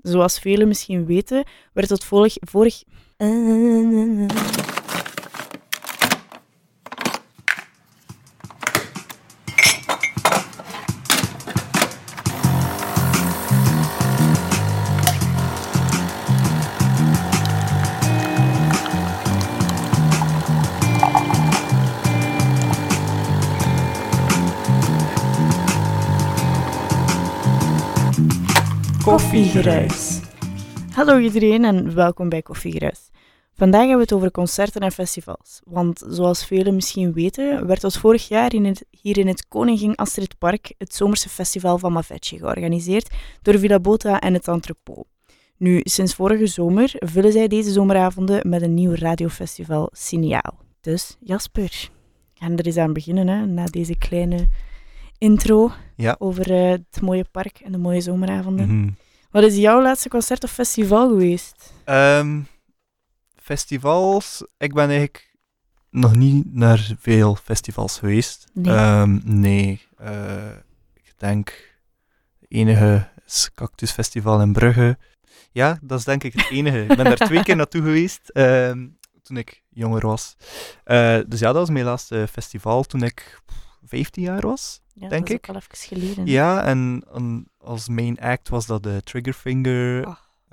zoals velen misschien weten, werd tot vorig... Koffiegeruis. Hallo iedereen en welkom bij Koffiegeruis. Vandaag hebben we het over concerten en festivals. Want zoals velen misschien weten, werd tot vorig jaar hier in het Koningin Astrid Park het zomerse festival van Mavetje georganiseerd door Villa Bota en het Entrepot. Nu, sinds vorige zomer vullen zij deze zomeravonden met een nieuw radiofestival Signaal. Dus Jasper, we gaan er eens aan beginnen, hè, na deze kleine intro over het mooie park en de mooie zomeravonden. Mm-hmm. Wat is jouw laatste concert of festival geweest? Festivals? Ik ben eigenlijk nog niet naar veel festivals geweest. Nee. Ik denk het enige is Cactus Festival in Brugge. Ja, dat is denk ik het enige. Ik ben daar 2 keer naartoe geweest toen ik jonger was. Dus ja, dat was mijn laatste festival toen ik 15 jaar was. Ja, denk dat is ik. Ook al even geleden. Ja, en als main act was dat de Triggerfinger.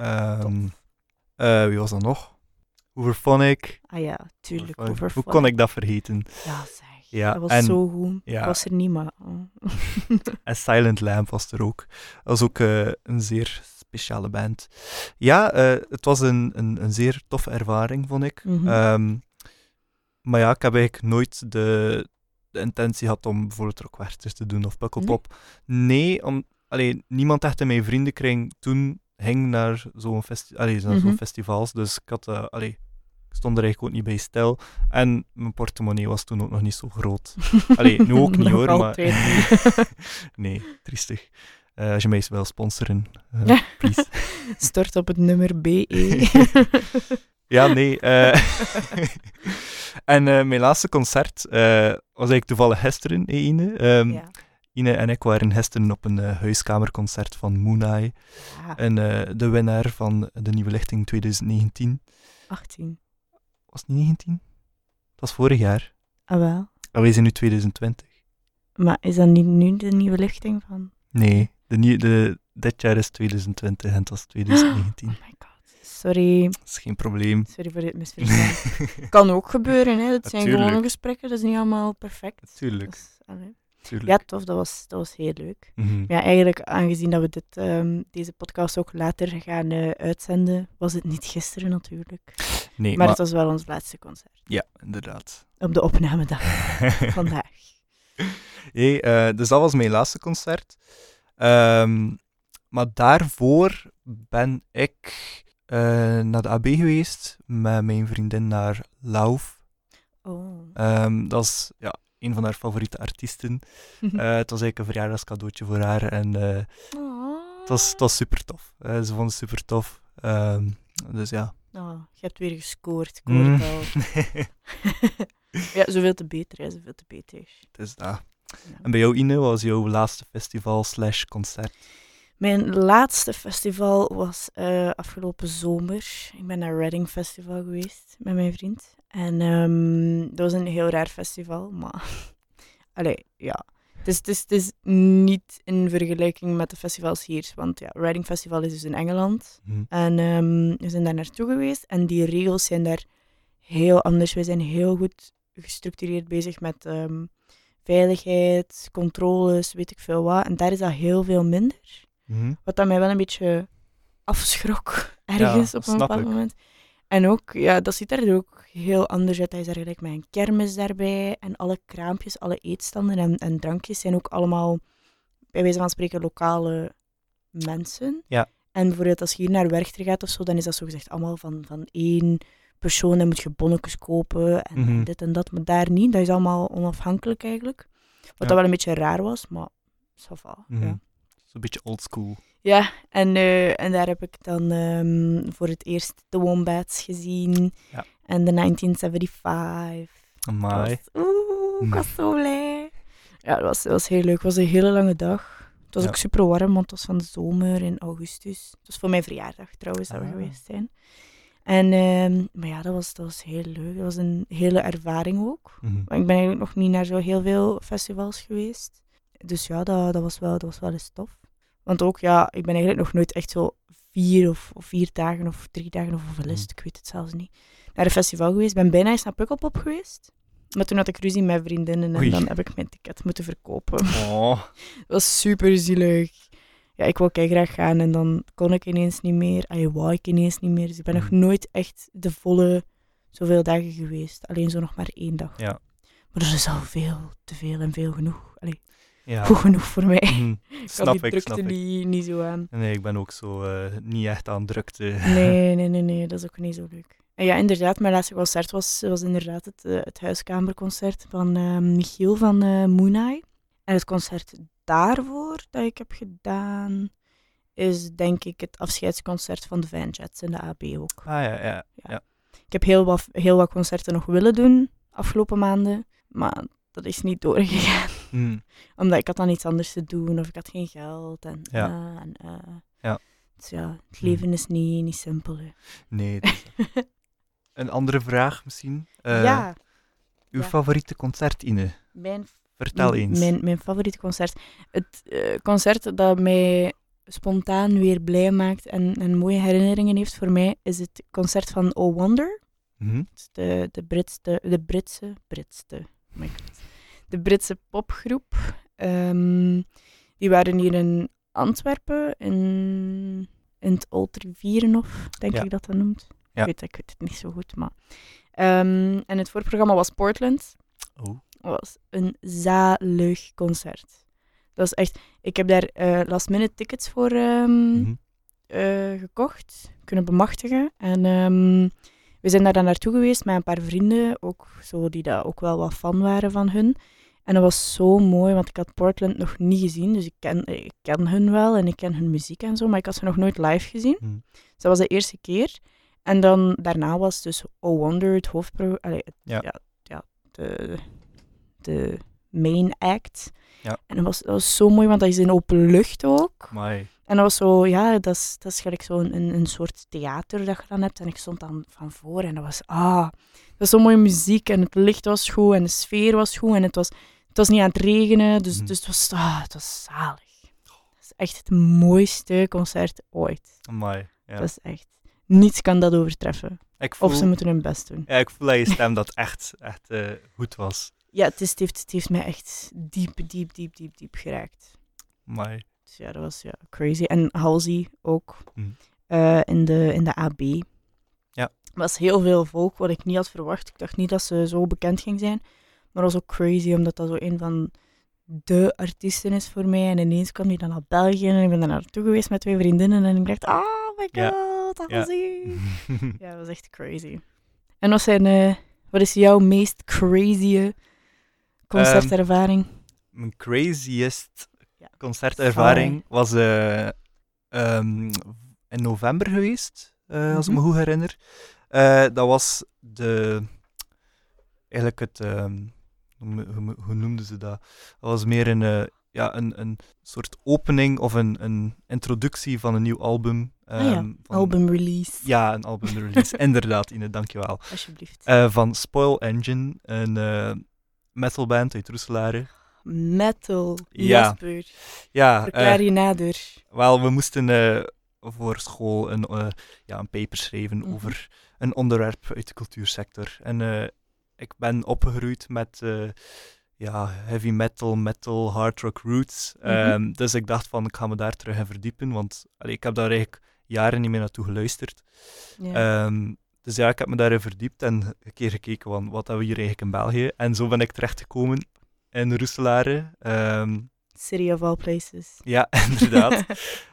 Wie was dat nog? Hooverphonic. Ah ja, tuurlijk. Hoe kon ik dat vergeten? Ja, zeg. Ja, dat was zo goed. Ja. Ik was er niet, maar... En Silent Lamp was er ook. Dat was ook een zeer speciale band. Ja, het was een zeer toffe ervaring, vond ik. Mm-hmm. Maar ja, ik heb eigenlijk nooit de intentie had om bijvoorbeeld Rockwerters te doen of Pukkelpop. Nee, niemand echt in mijn vriendenkring toen ging naar zo'n festivals. Dus ik stond er eigenlijk ook niet bij stil. En mijn portemonnee was toen ook nog niet zo groot. Nu ook niet hoor, maar... Nee, triestig. Als je mij eens wil sponsoren, please. Stort op het nummer BE. Ja, nee. En mijn laatste concert was eigenlijk toevallig gisteren, Ine. Ine en ik waren gisteren op een huiskamerconcert van Moonai. Ja. En de winnaar van de Nieuwe Lichting 2019. 18. Was het niet 19? Het was vorig jaar. Ah wel. En wij zijn nu 2020. Maar is dat niet nu de Nieuwe Lichting van? Nee, dit jaar is 2020 en het was 2019. Oh my god. Sorry. Dat is geen probleem. Sorry voor dit misverstand. Kan ook gebeuren, hè. Dat zijn gewone gesprekken, dat is niet allemaal perfect. Tuurlijk. Dus, ja, tof, dat was heel leuk. Mm-hmm. Ja, eigenlijk, aangezien dat we deze podcast ook later gaan uitzenden, was het niet gisteren natuurlijk. Nee, maar het was wel ons laatste concert. Ja, inderdaad. Op de opnamedag vandaag. Dus dat was mijn laatste concert. Maar daarvoor ben ik naar de AB geweest met mijn vriendin naar Lauf. Oh. Dat is een van haar favoriete artiesten. Het was eigenlijk een verjaardagscadeautje voor haar en het was super tof. Ze vond het super tof. Dus ja. Oh, je hebt weer gescoord, ik hoor het al. Ja, zoveel te beter, hè, zoveel te beter. Het is dat. Ja. En bij jou, Ine, wat was jouw laatste festival/concert? Mijn laatste festival was afgelopen zomer. Ik ben naar Reading Festival geweest met mijn vriend. En dat was een heel raar festival, maar... ja. Het is niet in vergelijking met de festivals hier. Want ja, Reading Festival is dus in Engeland. En we zijn daar naartoe geweest. En die regels zijn daar heel anders. We zijn heel goed gestructureerd bezig met veiligheid, controles, weet ik veel wat. En daar is dat heel veel minder. Mm-hmm. Wat dat mij wel een beetje afschrok ergens op een bepaald moment. En ook, ja, dat ziet er ook heel anders uit. Hij is er gelijk met een kermis daarbij. En alle kraampjes, alle eetstanden en drankjes zijn ook allemaal, bij wijze van spreken, lokale mensen. Ja. En bijvoorbeeld als je hier naar Werchter gaat of zo, dan is dat zogezegd allemaal van één persoon. Dan moet je bonnetjes kopen en dit en dat. Maar daar niet. Dat is allemaal onafhankelijk eigenlijk. Wat dat wel een beetje raar was, maar ça va. Ja. Een beetje oldschool. Ja, en daar heb ik dan voor het eerst de Wombats gezien. Ja. En de 1975. Amai. Ik was zo blij. Ja, dat was heel leuk. Het was een hele lange dag. Het was ook super warm, want het was van de zomer in augustus. Het was voor mijn verjaardag trouwens dat we geweest zijn. En, maar ja, dat was heel leuk. Dat was een hele ervaring ook. Mhm. Maar ik ben eigenlijk nog niet naar zo heel veel festivals geweest. Dus ja, dat was wel eens tof. Want ook, ja, ik ben eigenlijk nog nooit echt zo 4 dagen of 3 dagen of hoeveel is het, ik weet het zelfs niet, naar een festival geweest. Ik ben bijna eens naar Pukkelpop geweest. Maar toen had ik ruzie met vriendinnen en dan heb ik mijn ticket moeten verkopen. Oh. Dat was super zielig. Ja, ik wou graag gaan en dan kon ik ineens niet meer. Wou ik ineens niet meer. Dus ik ben nog nooit echt de volle zoveel dagen geweest. Alleen zo nog maar 1 dag. Ja. Maar dat is al veel te veel en veel genoeg. Ja. Goed genoeg voor mij. Snap die ik. drukte niet zo aan. Nee, ik ben ook zo niet echt aan drukte. Nee, dat is ook niet zo leuk. En ja, inderdaad, mijn laatste concert was inderdaad het huiskamerconcert van Michiel van Mooneye. En het concert daarvoor dat ik heb gedaan is denk ik het afscheidsconcert van de Vanjets in de AB ook. Ja. Ik heb heel wat concerten nog willen doen afgelopen maanden, maar dat is niet doorgegaan. Omdat ik had dan iets anders te doen of ik had geen geld. Ja. Dus ja, het leven is niet simpel. Hè. Nee. Een andere vraag misschien? Uw favoriete concert, Ine? Vertel eens. Mijn favoriete concert. Het concert dat mij spontaan weer blij maakt en mooie herinneringen heeft voor mij, is het concert van Oh Wonder. De Britse popgroep. Die waren hier in Antwerpen, in het Old Rivierenhof, denk ik dat noemt. Ja. Ik weet het niet zo goed, maar... en het voorprogramma was Portland. Oh. Dat was een zalig concert. Dat is echt... Ik heb daar last-minute tickets voor gekocht, kunnen bemachtigen. En we zijn daar dan naartoe geweest met een paar vrienden, ook zo, die daar ook wel wat fan waren van hun. En dat was zo mooi, want ik had Portland nog niet gezien. Dus ik ken hun wel en ik ken hun muziek en zo, maar ik had ze nog nooit live gezien. Dus dat was de eerste keer. En dan daarna was dus Oh Wonder het hoofdprogramma. De main act. Ja. En dat was zo mooi, want dat is in open lucht ook. Amai. En dat was zo, ja, dat is gelijk zo een soort theater dat je dan hebt. En ik stond dan van voor en dat was zo mooie muziek. En het licht was goed en de sfeer was goed. En het was niet aan het regenen, dus het was zalig. Het is echt het mooiste concert ooit. Amai, ja. Dat is echt... Niets kan dat overtreffen. Of ze moeten hun best doen. Ja, ik voel dat je stem dat echt goed was. Ja, het heeft mij echt diep geraakt. Amai. Dus ja, dat was crazy. En Halsey ook. In de AB. Ja. Er was heel veel volk, wat ik niet had verwacht. Ik dacht niet dat ze zo bekend ging zijn. Maar dat was ook crazy, omdat dat zo een van de artiesten is voor mij. En ineens kwam die dan naar België en ik ben daar naartoe geweest met 2 vriendinnen. En ik dacht, oh my god, Halsey. Ja, dat was echt crazy. En wat is jouw meest crazy concertervaring? Mijn craziest concertervaring was in november geweest, als ik me goed herinner. Dat was hoe noemden ze dat? Dat was meer een soort opening of een introductie van een nieuw album. Albumrelease. Ja, een albumrelease. Inderdaad, Ine, dankjewel. Alsjeblieft. Van Spoil Engine, een metalband uit Roeselare. Metal, Jasper. Ja. Verklaar je nader. Wel, we moesten voor school een paper schrijven over een onderwerp uit de cultuursector. En ik ben opgegroeid met heavy metal, hard rock roots. Dus ik dacht van, ik ga me daar terug in verdiepen, want ik heb daar eigenlijk jaren niet meer naartoe geluisterd. Ja. Dus ja, ik heb me daarin verdiept en een keer gekeken van, wat hebben we hier eigenlijk in België. En zo ben ik terechtgekomen in Roeselare. City of all places. Ja, inderdaad.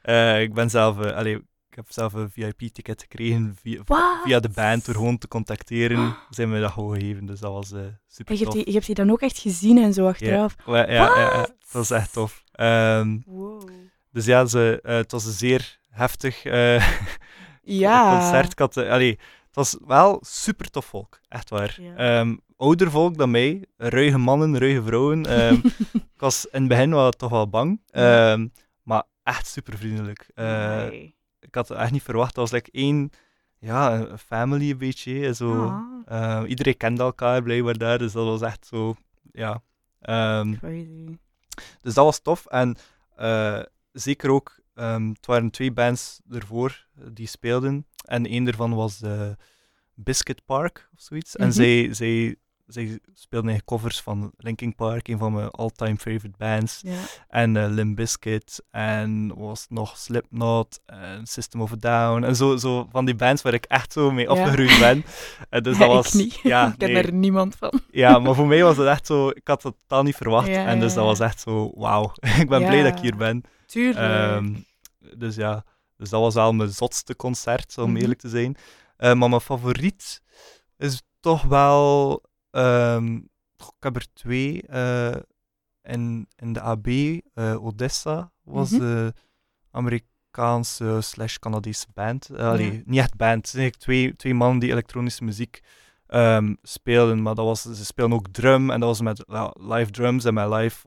Ik heb zelf een VIP-ticket gekregen via de band door gewoon te contacteren. Zijn we dat gewoon gegeven, dus dat was super tof. Je hebt die dan ook echt gezien en zo achteraf? Ja, dat was echt tof. Wow. Dus ja, het was een zeer heftig concert. Het was wel super tof volk, echt waar. Ja. Ouder volk dan mij, ruige mannen, ruige vrouwen. Ik was in het begin toch wel bang. maar echt super vriendelijk. Amai. Ik had het echt niet verwacht. Dat was like één, een family een beetje. Hè, zo. Iedereen kende elkaar blijkbaar daar, dus dat was echt zo, ja. Crazy. Dus dat was tof. En zeker ook, het waren 2 bands ervoor die speelden. En één daarvan was Biscuit Park of zoiets. En zij speelden eigenlijk covers van Linkin Park, een van mijn all-time favorite bands. Ja. En Limp Bizkit. En was nog Slipknot en System of a Down. En zo van die bands waar ik echt zo mee opgegroeid ben. En dus dat was, ik niet. ja, ik ken er niemand van. ja, maar voor mij was het echt zo... Ik had het totaal niet verwacht. Ja, en dus dat was echt zo... Wauw. Ik ben blij dat ik hier ben. Tuurlijk. Dus ja, dus dat was wel mijn zotste concert, om eerlijk te zijn. Maar mijn favoriet is toch wel... ik heb er 2. In de AB, Odessa, was de Amerikaanse / Canadese band. Niet echt band, het zijn eigenlijk 2 mannen die elektronische muziek speelden. Maar ze speelden ook drum, en dat was met live drums en met live...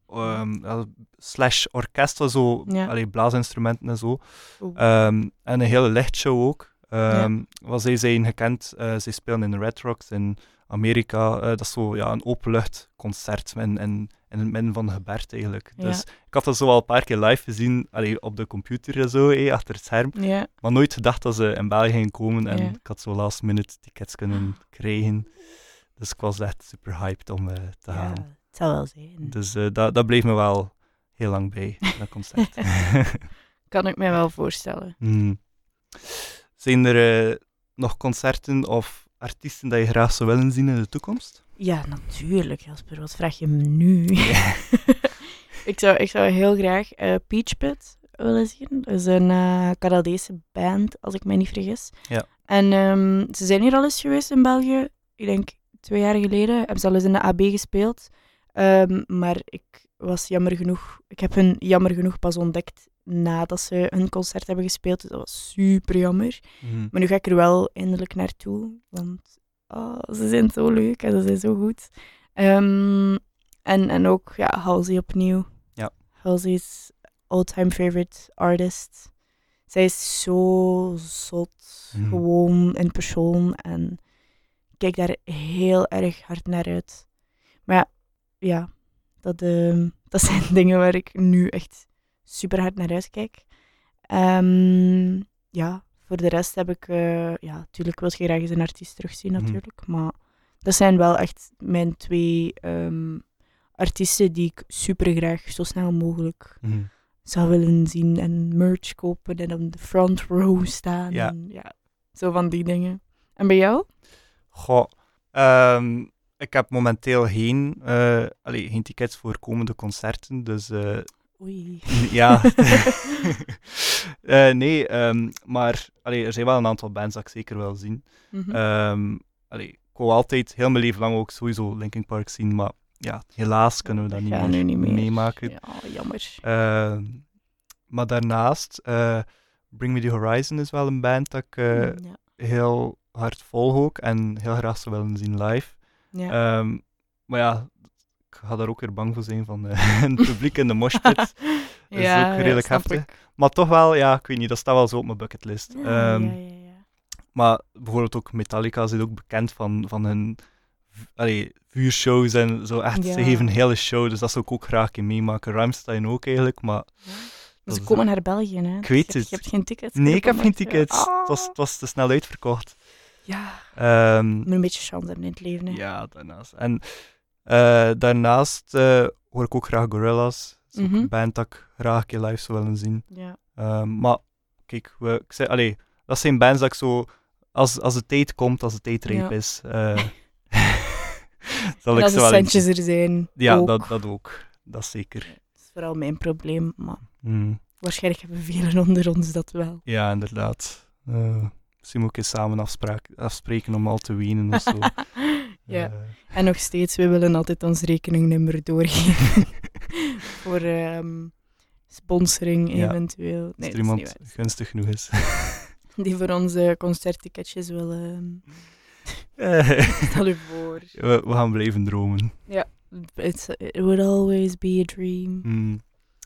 / orkest, zo, blaasinstrumenten en zo. En een hele lichtshow ook. Zij zijn gekend, zij spelen in Red Rocks in Amerika. Dat is zo een openluchtconcert in het midden van de gebergte eigenlijk. Dus ik had dat zo al een paar keer live gezien, op de computer en zo, achter het scherm. Maar nooit gedacht dat ze in België gingen komen. En ik had zo last minute tickets kunnen krijgen. Dus ik was echt super hyped om te gaan. Het zou wel zijn. Dus dat bleef me wel heel lang bij, dat concert. Kan ik mij wel voorstellen. Zijn er nog concerten of artiesten dat je graag zou willen zien in de toekomst? Ja, natuurlijk, Jasper. Wat vraag je me nu? ik zou heel graag Peach Pit willen zien. Dat is een Canadese band, als ik mij niet vergis. Ja. En ze zijn hier al eens geweest in België. Ik denk 2 jaar geleden. Hebben ze al eens in de AB gespeeld. Maar ik heb hun jammer genoeg pas ontdekt nadat ze een concert hebben gespeeld. Dus dat was super jammer. Maar nu ga ik er wel eindelijk naartoe. Want ze zijn zo leuk en ze zijn zo goed. En ook Halsey opnieuw. Ja. Halsey is all-time favorite artist. Zij is zo zot, gewoon in persoon. En ik kijk daar heel erg hard naar uit. Maar ja, dat zijn dingen waar ik nu echt super hard naar uitkijk. Voor de rest heb ik... natuurlijk wil je graag eens een artiest terugzien, natuurlijk. Maar dat zijn wel echt mijn 2 artiesten die ik super graag zo snel mogelijk zou willen zien. En merch kopen en op de front row staan. Ja. En, zo van die dingen. En bij jou? Goh, ik heb momenteel geen tickets voor komende concerten, dus... Oei. Ja. Nee, maar er zijn wel een aantal bands dat ik zeker wil zien. Ik wou altijd heel mijn leven lang ook sowieso Linkin Park zien, maar ja, helaas kunnen we dat niet meer meemaken. Ja, jammer. Maar daarnaast, Bring Me The Horizon is wel een band dat ik heel hard volg ook en heel graag zou willen zien live. Ja. Maar ja, ik ga daar ook weer bang voor zijn van het publiek in de moshpit. Dat is ook redelijk heftig. Ik. Maar toch wel, ik weet niet, dat staat wel zo op mijn bucketlist. Ja. Maar bijvoorbeeld ook Metallica is ook bekend van hun vuurshows en zo echt. Ze geven een hele show, dus dat zou ik ook graag in meemaken. Rammstein ook eigenlijk, maar... Ze komen naar België, hè? Ik weet het. Je hebt geen tickets? Nee, ik heb geen tickets. Het was te snel uitverkocht. Ja. Je moet een beetje chance hebben in het leven, hè? Ja, daarnaast. En daarnaast hoor ik ook graag Gorillaz. Dat is ook een band dat ik graag een keer live zou willen zien. Ja. Maar kijk, dat zijn bands dat ik zo... Als de tijd komt, als de tijd rijp is... zal ik als de wel centjes er zijn. Ja, ook. Dat ook. Dat zeker. Dat is vooral mijn probleem, maar waarschijnlijk hebben velen onder ons dat wel. Ja, inderdaad. Misschien moet ik eens samen afspreken om al te wenen of zo. Ja. En nog steeds, we willen altijd ons rekeningnummer doorgeven. Voor sponsoring eventueel. Nee, als er iemand gunstig genoeg is. Die voor onze concertticketjes willen. Stel je voor. We gaan blijven dromen. Ja, it would always be a dream.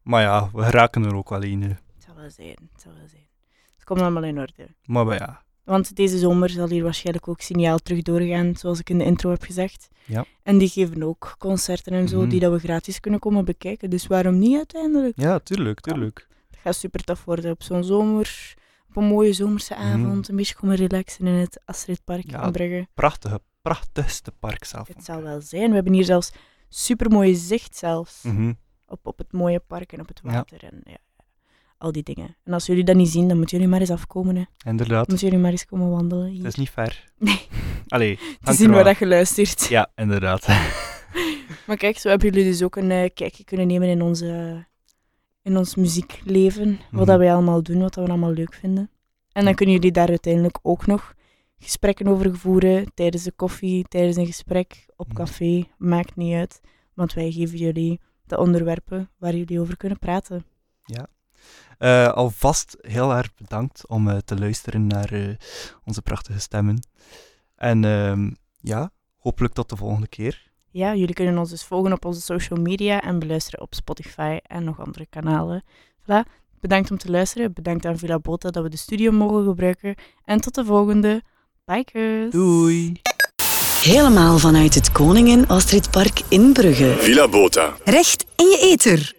Maar ja, we geraken er ook wel in. Het zal wel zijn. Het komt allemaal in orde. Maar ja. Want deze zomer zal hier waarschijnlijk ook Signaal terug doorgaan, zoals ik in de intro heb gezegd. Ja. En die geven ook concerten en zo, die dat we gratis kunnen komen bekijken. Dus waarom niet uiteindelijk? Ja, tuurlijk. Het gaat super tof worden op zo'n zomer, op een mooie zomerse avond. Een beetje komen relaxen in het Astridpark in Brugge. Prachtigste park zelf. Het zal wel zijn. We hebben hier zelfs super mooie zicht zelfs. Op het mooie park en op het water. Ja. En al die dingen. En als jullie dat niet zien, dan moeten jullie maar eens afkomen. Hè. Inderdaad. Moeten jullie maar eens komen wandelen hier. Het is niet ver. Nee. Allee. Te zien waar dat je luistert. Ja, inderdaad. Maar kijk, zo hebben jullie dus ook een kijkje kunnen nemen in ons muziekleven. Wat dat wij allemaal doen, wat dat we allemaal leuk vinden. En dan kunnen jullie daar uiteindelijk ook nog gesprekken over voeren. Tijdens de koffie, tijdens een gesprek, op café. Maakt niet uit. Want wij geven jullie de onderwerpen waar jullie over kunnen praten. Ja. Alvast heel erg bedankt om te luisteren naar onze prachtige stemmen. En hopelijk tot de volgende keer. Ja, jullie kunnen ons dus volgen op onze social media en beluisteren op Spotify en nog andere kanalen. Voilà. Bedankt om te luisteren. Bedankt aan Villa Bota dat we de studio mogen gebruiken. En tot de volgende. Bye. Doei. Helemaal vanuit het Koningin Astridpark in Brugge. Villa Bota. Recht in je ether.